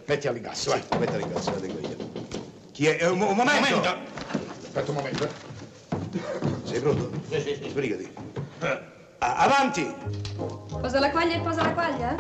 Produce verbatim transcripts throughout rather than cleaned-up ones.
metti all'incasso, vai. Sì, metti all'incasso, la tengo io. Chi è? Eh, un, un momento! Un momento! Aspetta un momento. Sei pronto? Sì, sì, sì. Sbrigati. Ah, avanti! Posa la quaglia e posa la quaglia?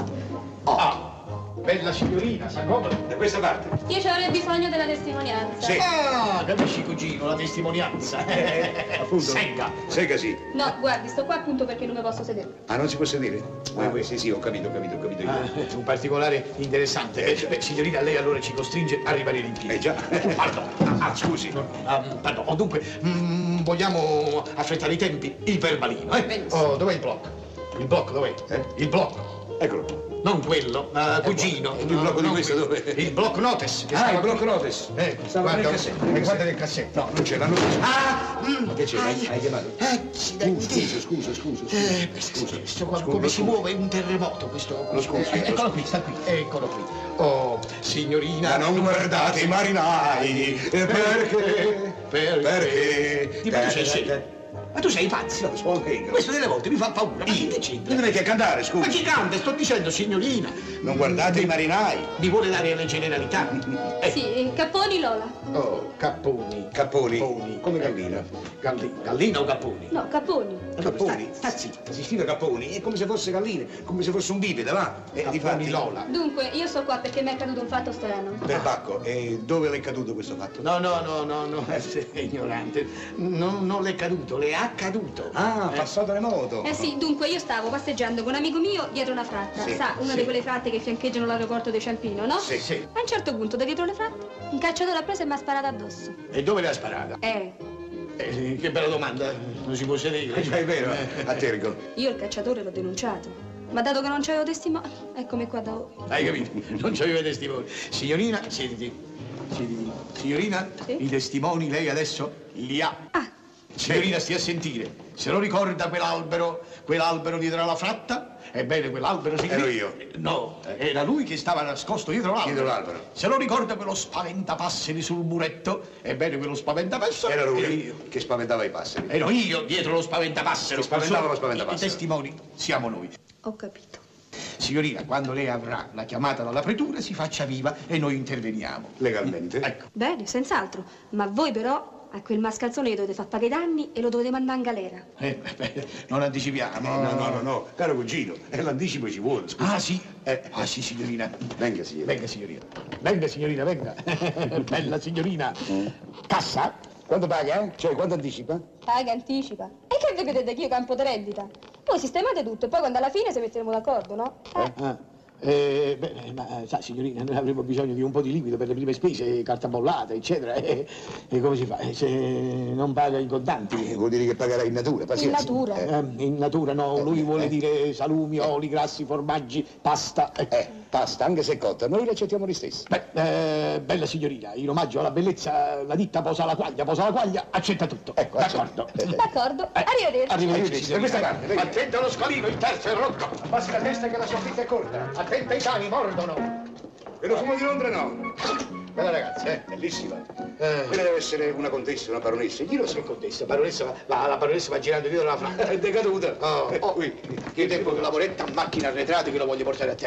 Oh. Bella signorina, s'accomoda. Da questa parte. Io ci avrei bisogno della testimonianza. Sì. Ah, capisci, cugino, la testimonianza. Eh, appunto. Secca. Secca, sì. No, guardi, sto qua appunto perché non mi posso sedere. Ah, non si può sedere? Ah, Ah. sì, sì, ho capito, ho capito, ho capito io. Ah, un particolare interessante. Eh, già. Beh, signorina, lei allora ci costringe a rimanere in piedi. Eh, già. Pardon. Ah, scusi. Um, pardon. Oh, dunque, mm, vogliamo affrettare i tempi? Il permalino, eh? Benissimo. Oh, dov'è il blocco? Il blocco dov'è? Eh? Il blocco. Eccolo. Non quello, uh, cugino. Il blocco di non questo quello. dove? Il blocco notice. Che Ah, stava il blocco qui. notice. Eh, Stava guarda, nel cassetto. eh, guarda nel cassetto. No, non c'è, l'hanno preso. Ah! Mm, Ma che c'è? Hai, hai chiamato? Accidenti. Scusa, scusa, scusa, scusa. Eh, Scusa. questo qua, Scusa, come si scusa. muove un terremoto questo. Lo scusi, Eh, lo eccolo scusi. qui, sta qui, eccolo qui. Oh, signorina. Ma non guardate i marinai, eh, perché? Perché? Perché? Ti piace, Eh, sì. eh, Ma tu sei pazzo? No, sono io. Questo delle volte mi fa paura. Ma chi Io. decide? Non è che cantare, Ma scusa. chi canta? Sto dicendo, signorina. Non guardate i marinai. Mi vuole dare le generalità? Eh. Sì, Capponi Lola. Oh, capponi. Capponi. Capponi. Come gallina. Galli- Gallina o capponi? No, Capponi. Capponi. Sta, sta zitto. Si scrive Capponi, è come se fosse galline, come se fosse un bipede, va? E Capponi difatti- Lola. Dunque, io sto qua perché mi è accaduto un fatto strano. Perbacco, e dove le è caduto questo fatto? No, no, no, no, no, sei ignorante. Non, non le è caduto, le è accaduto. Ah, Eh. passato remoto. Eh sì, dunque io stavo passeggiando con un amico mio dietro una fratta. Sì, Sa, una sì. di quelle fratte che fiancheggiano l'aeroporto di Ciampino, no? Sì. Sì. A un certo punto, da dietro le fratte, un cacciatore ha preso e mi ha sparato addosso. E dove l'ha sparata? Eh, Eh, che bella domanda, non si può sedere. Eh, è vero, a Tergo. io il cacciatore l'ho denunciato. Ma dato che non c'avevo testimoni, eccomi qua da voi. Hai capito? Non c'aveva i testimoni. Signorina, siediti. Siediti. Signorina, Sì? i testimoni lei adesso li ha. Ah, Signorina, stia a sentire. Se lo ricorda quell'albero, quell'albero dietro alla fratta? Ebbene, quell'albero si... Ero io. No, era lui che stava nascosto dietro l'albero. Dietro l'albero. Se lo ricorda quello spaventapasseri sul muretto? Ebbene, quello spaventapasseri... Era lui ero io. che spaventava i passeri. Ero io dietro lo spaventapassero. Che spaventava Sono- lo spaventapassero. I testimoni siamo noi. ho capito. Signorina, quando lei avrà la chiamata dalla pretura, si faccia viva e noi interveniamo. Legalmente? Ecco. Bene, senz'altro. Ma voi però a quel mascalzone gli dovete far pagare i danni e lo dovete mandare in galera. Eh, beh, non anticipiamo. No, no, no, no, caro cugino, eh, l'anticipo ci vuole, scusa. Ah, sì? Eh, Ah, sì, signorina. Venga, signora. Venga, signorina. Venga, signorina, venga. Bella signorina. Cassa? Quanto paga? Cioè, quanto anticipa? Paga, anticipa. E che vi vedete che io campo di rendita? Voi sistemate tutto e poi quando alla fine si metteremo d'accordo, no? Eh. Ah. Eh, beh, ma sa, signorina, noi avremo bisogno di un po' di liquido per le prime spese, carta bollata, eccetera. E, e come si fa? Eh, Se non paga in contanti? Eh, vuol dire che pagherà in natura, In pazienza. natura. Eh, Eh, in natura no, lui vuole dire salumi, oli, grassi, formaggi, pasta. Eh. eh, pasta, anche se cotta, noi l'accettiamo lo stesso. Beh, eh, bella signorina, in omaggio alla bellezza la ditta posa la quaglia, posa la quaglia, accetta tutto. Ecco, d'accordo. accetta. Eh, D'accordo. Eh, Arrivederci. Arrivederci, Da questa parte, venga. Attenta allo scalino, il terzo è rotto. Abbassi la testa che la soffitta è corta. Attenta, i cani mordono. E lo fumo di Londra no. Bella ragazza, eh. Bellissima. Eh. Quella deve essere una contessa, una baronessa. Chi lo sa? Che contessa, baronessa, va- la, la baronessa va girando dietro la frana. È decaduta. Oh, Eh, oh, qui. che tempo che lavoretta a macchina arretrate che lo voglio portare a te.